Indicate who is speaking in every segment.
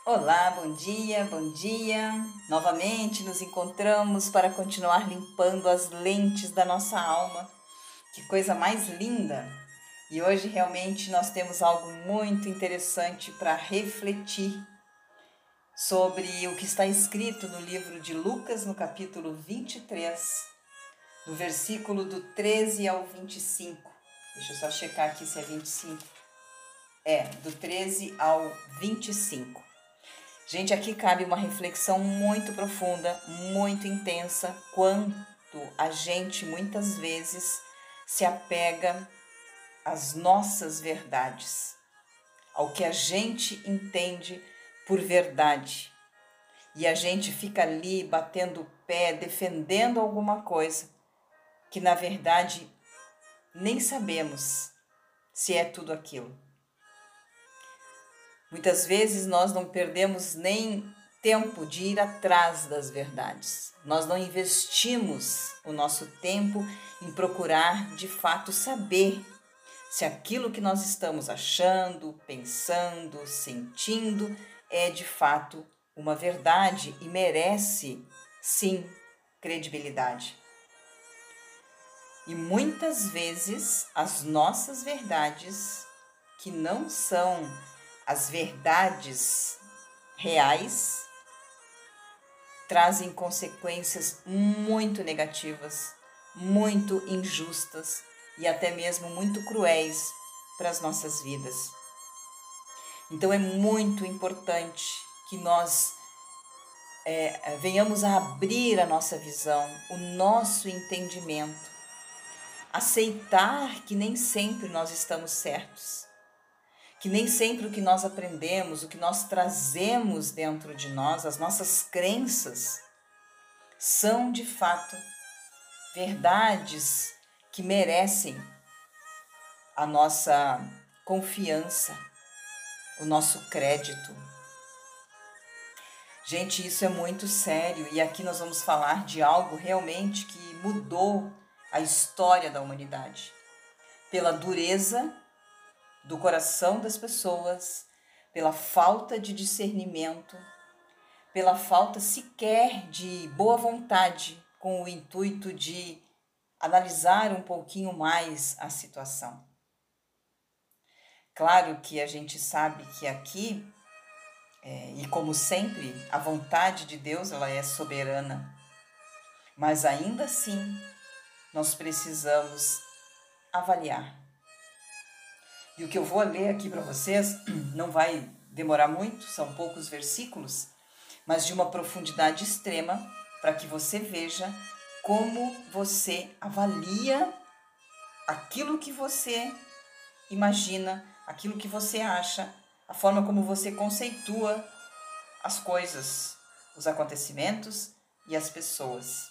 Speaker 1: Olá, bom dia, bom dia. Novamente nos encontramos para continuar limpando as lentes da nossa alma. Que coisa mais linda! E hoje realmente nós temos algo muito interessante para refletir sobre o que está escrito no livro de Lucas, no capítulo 23, do versículo do 13 ao 25. Deixa eu só checar aqui se é 25. Do 13 ao 25. Gente, aqui cabe uma reflexão muito profunda, muito intensa, quanto a gente muitas vezes se apega às nossas verdades, ao que a gente entende por verdade. E a gente fica ali batendo o pé, defendendo alguma coisa que na verdade nem sabemos se é tudo aquilo. Muitas vezes nós não perdemos nem tempo de ir atrás das verdades. Nós não investimos o nosso tempo em procurar de fato saber se aquilo que nós estamos achando, pensando, sentindo é de fato uma verdade e merece, sim, credibilidade. E muitas vezes as nossas verdades, que não são as verdades reais, trazem consequências muito negativas, muito injustas e até mesmo muito cruéis para as nossas vidas. Então é muito importante que nós venhamos a abrir a nossa visão, o nosso entendimento, aceitar que nem sempre nós estamos certos, que nem sempre o que nós aprendemos, o que nós trazemos dentro de nós, as nossas crenças, são de fato verdades que merecem a nossa confiança, o nosso crédito. Gente, isso é muito sério e aqui nós vamos falar de algo realmente que mudou a história da humanidade. Pela dureza do coração das pessoas, pela falta de discernimento, pela falta sequer de boa vontade, com o intuito de analisar um pouquinho mais a situação. Claro que a gente sabe que aqui, e como sempre, a vontade de Deus ela é soberana, mas ainda assim nós precisamos avaliar. E o que eu vou ler aqui para vocês não vai demorar muito, são poucos versículos, mas de uma profundidade extrema, para que você veja como você avalia aquilo que você imagina, aquilo que você acha, a forma como você conceitua as coisas, os acontecimentos e as pessoas.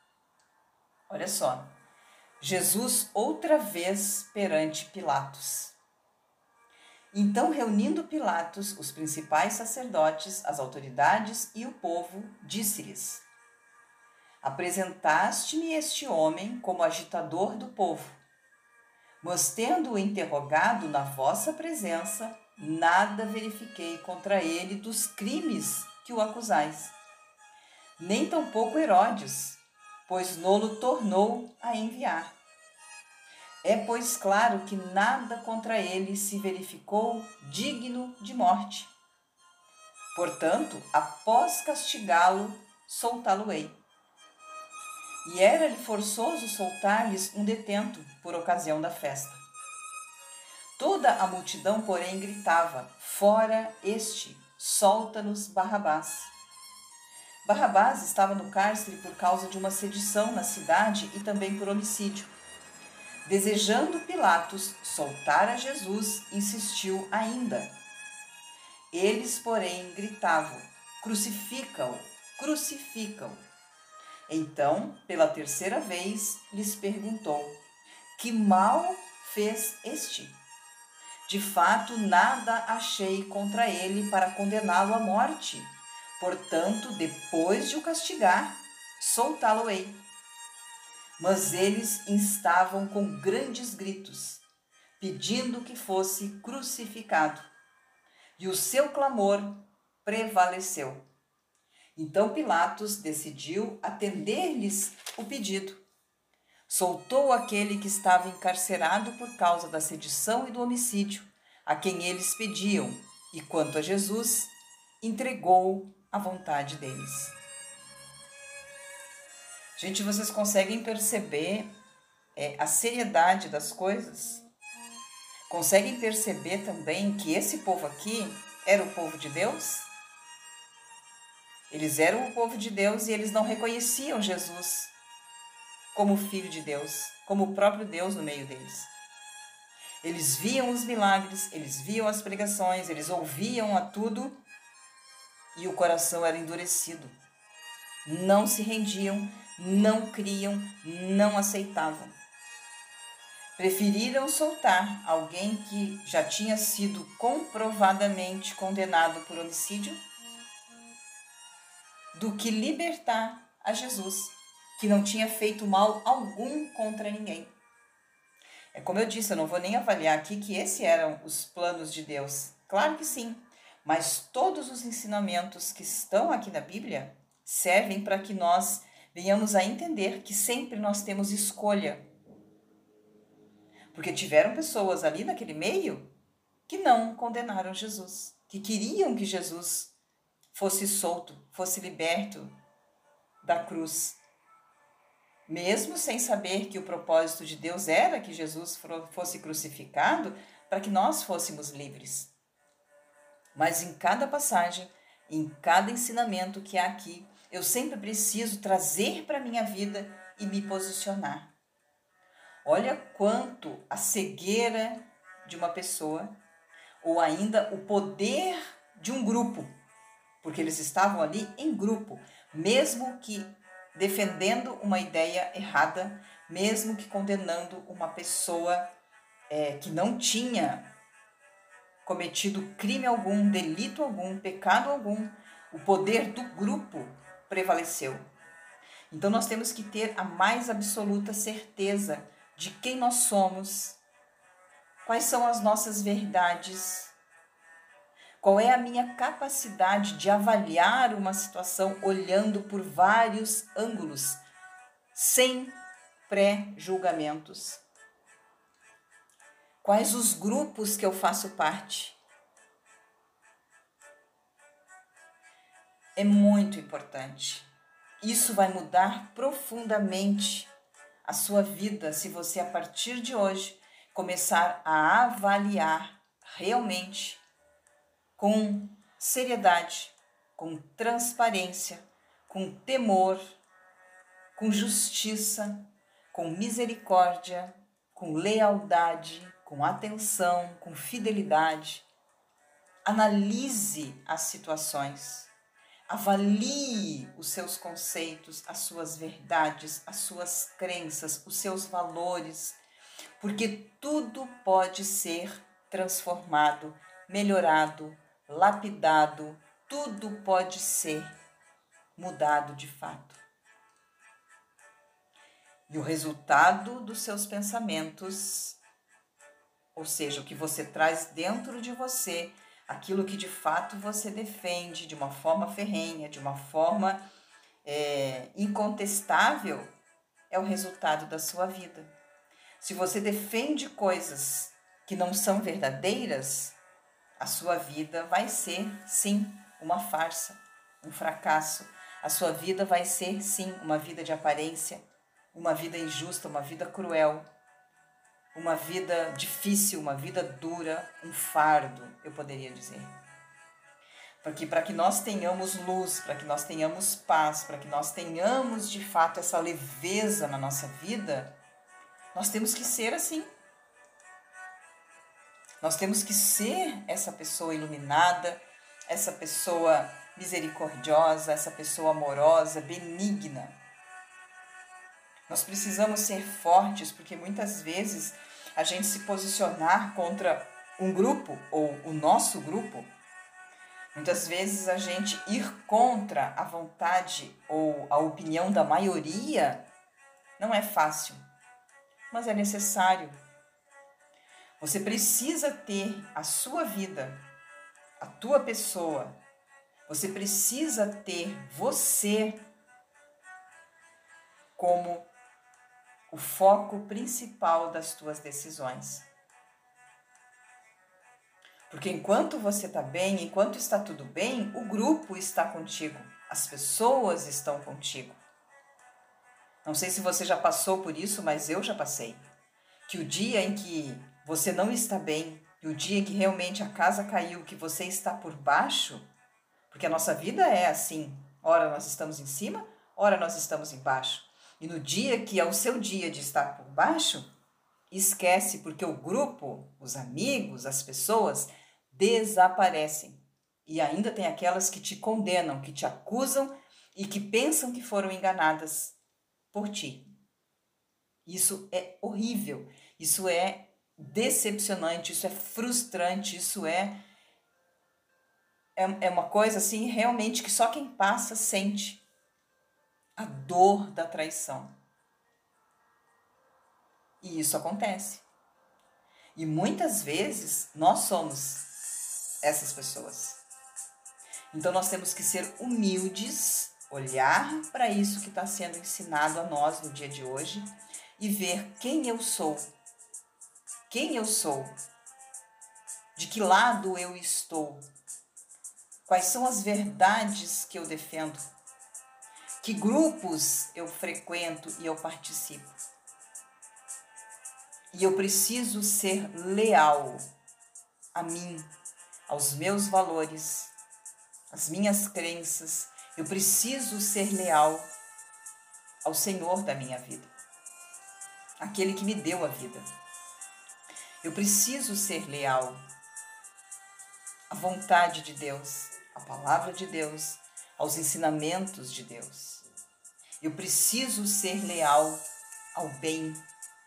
Speaker 1: Olha só, Jesus outra vez perante Pilatos. Então, reunindo Pilatos, os principais sacerdotes, as autoridades e o povo, disse-lhes: Apresentaste-me este homem como agitador do povo, mas tendo-o interrogado na vossa presença, nada verifiquei contra ele dos crimes que o acusais. Nem tampouco Herodes, pois nolo tornou a enviar. É, pois, claro que nada contra ele se verificou digno de morte. Portanto, após castigá-lo, soltá-lo-ei. E era-lhe forçoso soltar-lhes um detento por ocasião da festa. Toda a multidão, porém, gritava: Fora este, solta-nos Barrabás. Barrabás estava no cárcere por causa de uma sedição na cidade e também por homicídio. Desejando Pilatos soltar a Jesus, insistiu ainda. Eles, porém, gritavam: Crucifica-o, crucifica-o. Então, pela terceira vez, lhes perguntou: Que mal fez este? De fato, nada achei contra ele para condená-lo à morte. Portanto, depois de o castigar, soltá-lo-ei. Mas eles instavam com grandes gritos, pedindo que fosse crucificado. E o seu clamor prevaleceu. Então Pilatos decidiu atender-lhes o pedido. Soltou aquele que estava encarcerado por causa da sedição e do homicídio, a quem eles pediam, e quanto a Jesus, entregou à vontade deles. Gente, vocês conseguem perceber a seriedade das coisas? Conseguem perceber também que esse povo aqui era o povo de Deus? Eles eram o povo de Deus e eles não reconheciam Jesus como Filho de Deus, como o próprio Deus no meio deles. Eles viam os milagres, eles viam as pregações, eles ouviam a tudo e o coração era endurecido. Não se rendiam, não criam, não aceitavam. Preferiram soltar alguém que já tinha sido comprovadamente condenado por homicídio do que libertar a Jesus, que não tinha feito mal algum contra ninguém. É como eu disse, eu não vou nem avaliar aqui que esses eram os planos de Deus. Claro que sim, mas todos os ensinamentos que estão aqui na Bíblia servem para que nós venhamos a entender que sempre nós temos escolha. Porque tiveram pessoas ali naquele meio que não condenaram Jesus, que queriam que Jesus fosse solto, fosse liberto da cruz, mesmo sem saber que o propósito de Deus era que Jesus fosse crucificado para que nós fôssemos livres. Mas em cada passagem, em cada ensinamento que há aqui, eu sempre preciso trazer para a minha vida e me posicionar. Olha quanto a cegueira de uma pessoa, ou ainda o poder de um grupo, porque eles estavam ali em grupo, mesmo que defendendo uma ideia errada, mesmo que condenando uma pessoa que não tinha cometido crime algum, delito algum, pecado algum, o poder do grupo prevaleceu. Então nós temos que ter a mais absoluta certeza de quem nós somos, quais são as nossas verdades, qual é a minha capacidade de avaliar uma situação olhando por vários ângulos, sem pré-julgamentos. Quais os grupos que eu faço parte? É muito importante. Isso vai mudar profundamente a sua vida se você, a partir de hoje, começar a avaliar realmente com seriedade, com transparência, com temor, com justiça, com misericórdia, com lealdade, com atenção, com fidelidade. Analise as situações, avalie os seus conceitos, as suas verdades, as suas crenças, os seus valores, porque tudo pode ser transformado, melhorado, lapidado, tudo pode ser mudado de fato. E o resultado dos seus pensamentos, ou seja, o que você traz dentro de você, aquilo que de fato você defende de uma forma ferrenha, de uma forma incontestável, é o resultado da sua vida. Se você defende coisas que não são verdadeiras, a sua vida vai ser, sim, uma farsa, um fracasso. A sua vida vai ser, sim, uma vida de aparência, uma vida injusta, uma vida cruel, uma vida difícil, uma vida dura, um fardo, eu poderia dizer. Porque para que nós tenhamos luz, para que nós tenhamos paz, para que nós tenhamos de fato essa leveza na nossa vida, nós temos que ser assim. Nós temos que ser essa pessoa iluminada, essa pessoa misericordiosa, essa pessoa amorosa, benigna. Nós precisamos ser fortes, porque muitas vezes a gente se posicionar contra um grupo ou o nosso grupo, muitas vezes a gente ir contra a vontade ou a opinião da maioria não é fácil, mas é necessário. Você precisa ter a sua vida, a tua pessoa, Você precisa ter você como o foco principal das tuas decisões. Porque enquanto você está bem, enquanto está tudo bem, o grupo está contigo, as pessoas estão contigo. Não sei se você já passou por isso, mas eu já passei. Que o dia em que você não está bem, e o dia em que realmente a casa caiu, que você está por baixo, porque a nossa vida é assim, ora nós estamos em cima, ora nós estamos embaixo. E no dia que é o seu dia de estar por baixo, esquece, porque o grupo, os amigos, as pessoas desaparecem. E ainda tem aquelas que te condenam, que te acusam e que pensam que foram enganadas por ti. Isso é horrível, isso é decepcionante, isso é frustrante, isso é uma coisa assim realmente que só quem passa sente a dor da traição. E isso acontece. E muitas vezes nós somos essas pessoas. Então nós temos que ser humildes, olhar para isso que está sendo ensinado a nós no dia de hoje e ver quem eu sou. Quem eu sou? De que lado eu estou? Quais são as verdades que eu defendo? Que grupos eu frequento e eu participo? E eu preciso ser leal a mim, aos meus valores, às minhas crenças. Eu preciso ser leal ao Senhor da minha vida, aquele que me deu a vida. Eu preciso ser leal à vontade de Deus, à palavra de Deus, aos ensinamentos de Deus. Eu preciso ser leal ao bem.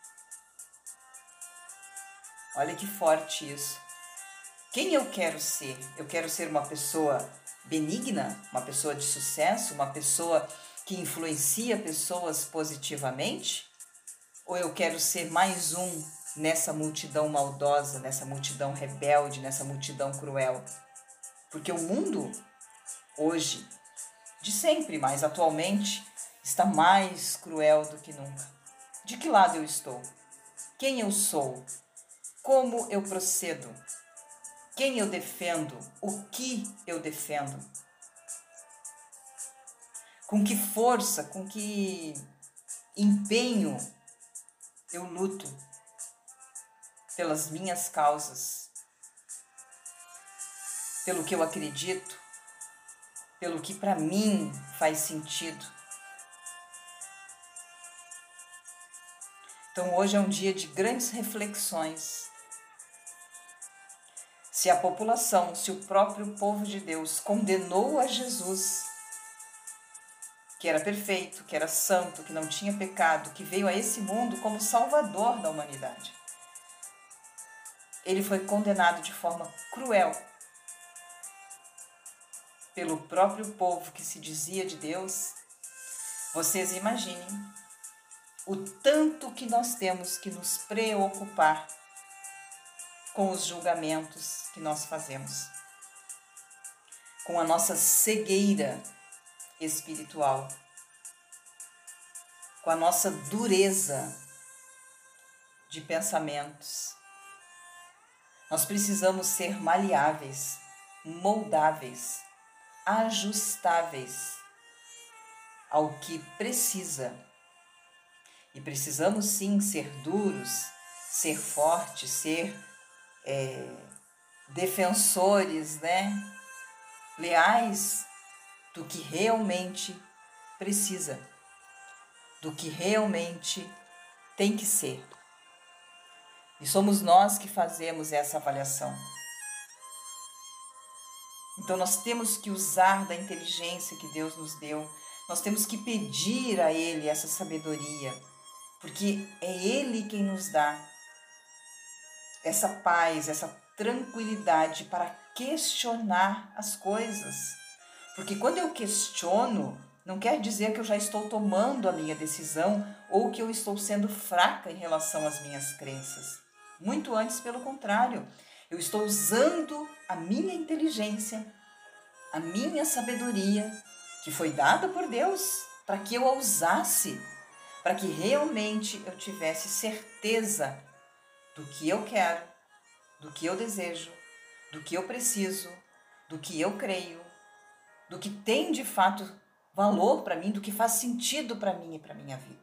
Speaker 1: Olha que forte isso. Quem eu quero ser? Eu quero ser uma pessoa benigna, uma pessoa de sucesso, uma pessoa que influencia pessoas positivamente? Ou eu quero ser mais um nessa multidão maldosa, nessa multidão rebelde, nessa multidão cruel? Porque o mundo, hoje, de sempre, mas atualmente, está mais cruel do que nunca. De que lado eu estou? Quem eu sou? Como eu procedo? Quem eu defendo? O que eu defendo? Com que força, com que empenho eu luto pelas minhas causas, pelo que eu acredito, pelo que para mim faz sentido. Então hoje é um dia de grandes reflexões. Se a população, se o próprio povo de Deus condenou a Jesus, que era perfeito, que era santo, que não tinha pecado, que veio a esse mundo como salvador da humanidade, ele foi condenado de forma cruel pelo próprio povo que se dizia de Deus. Vocês imaginem o tanto que nós temos que nos preocupar com os julgamentos que nós fazemos, com a nossa cegueira espiritual, com a nossa dureza de pensamentos. Nós precisamos ser maleáveis, moldáveis, ajustáveis ao que precisa. E precisamos sim ser duros, ser fortes, ser defensores, né? Leais do que realmente precisa, do que realmente tem que ser. E somos nós que fazemos essa avaliação. Então nós temos que usar da inteligência que Deus nos deu, nós temos que pedir a Ele essa sabedoria, porque é Ele quem nos dá essa paz, essa tranquilidade para questionar as coisas. Porque quando eu questiono, não quer dizer que eu já estou tomando a minha decisão ou que eu estou sendo fraca em relação às minhas crenças. Muito antes, pelo contrário, eu estou usando a minha inteligência a minha sabedoria, que foi dada por Deus, para que eu a usasse, para que realmente eu tivesse certeza do que eu quero, do que eu desejo, do que eu preciso, do que eu creio, do que tem de fato valor para mim, do que faz sentido para mim e para minha vida.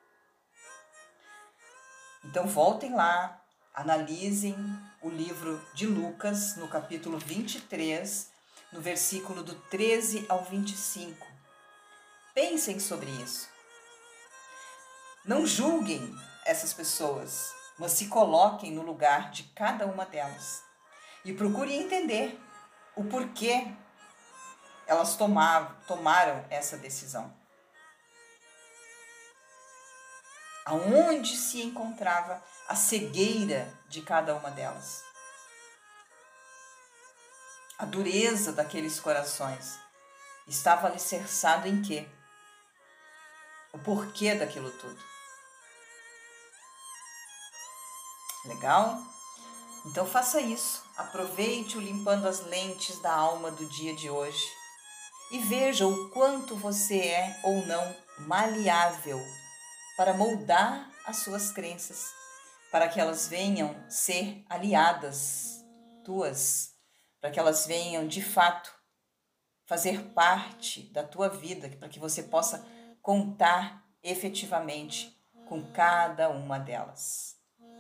Speaker 1: Então voltem lá, analisem o livro de Lucas, no capítulo 23, no versículo do 13 ao 25. Pensem sobre isso. Não julguem essas pessoas, mas se coloquem no lugar de cada uma delas e procurem entender o porquê elas tomaram essa decisão. Aonde se encontrava a cegueira de cada uma delas? A dureza daqueles corações estava alicerçado em quê? O porquê daquilo tudo. Legal? Então faça isso. Aproveite o limpando as lentes da alma do dia de hoje e veja o quanto você é ou não maleável para moldar as suas crenças, para que elas venham ser aliadas tuas, para que elas venham de fato fazer parte da tua vida, para que você possa contar efetivamente com cada uma delas.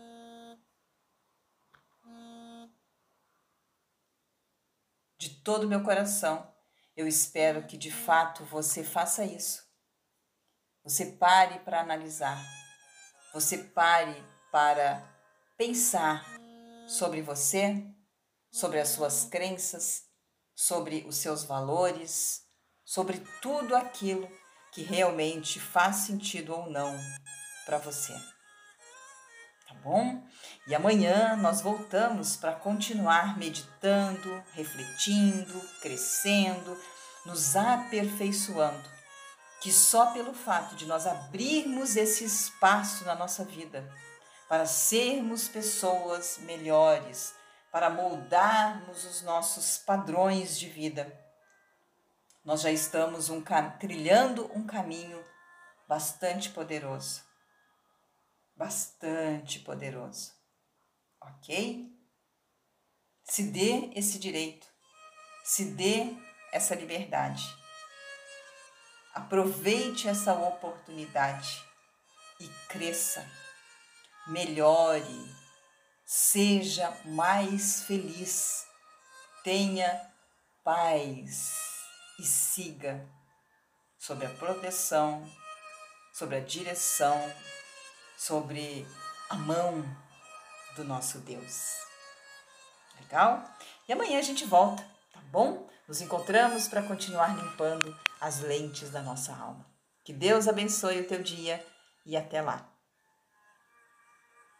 Speaker 1: De todo o meu coração, eu espero que de fato você faça isso. Você pare para analisar, você pare para pensar sobre você, sobre as suas crenças, sobre os seus valores, sobre tudo aquilo que realmente faz sentido ou não para você. Tá bom? E amanhã nós voltamos para continuar meditando, refletindo, crescendo, nos aperfeiçoando, que só pelo fato de nós abrirmos esse espaço na nossa vida para sermos pessoas melhores, para moldarmos os nossos padrões de vida, nós já estamos trilhando um caminho bastante poderoso. Bastante poderoso. Ok? Se dê esse direito. Se dê essa liberdade. Aproveite essa oportunidade e cresça. Melhore. Seja mais feliz. Tenha paz e siga sob a proteção, sobre a direção, sobre a mão do nosso Deus. Legal? E amanhã a gente volta, tá bom? Nos encontramos para continuar limpando as lentes da nossa alma. Que Deus abençoe o teu dia e até lá.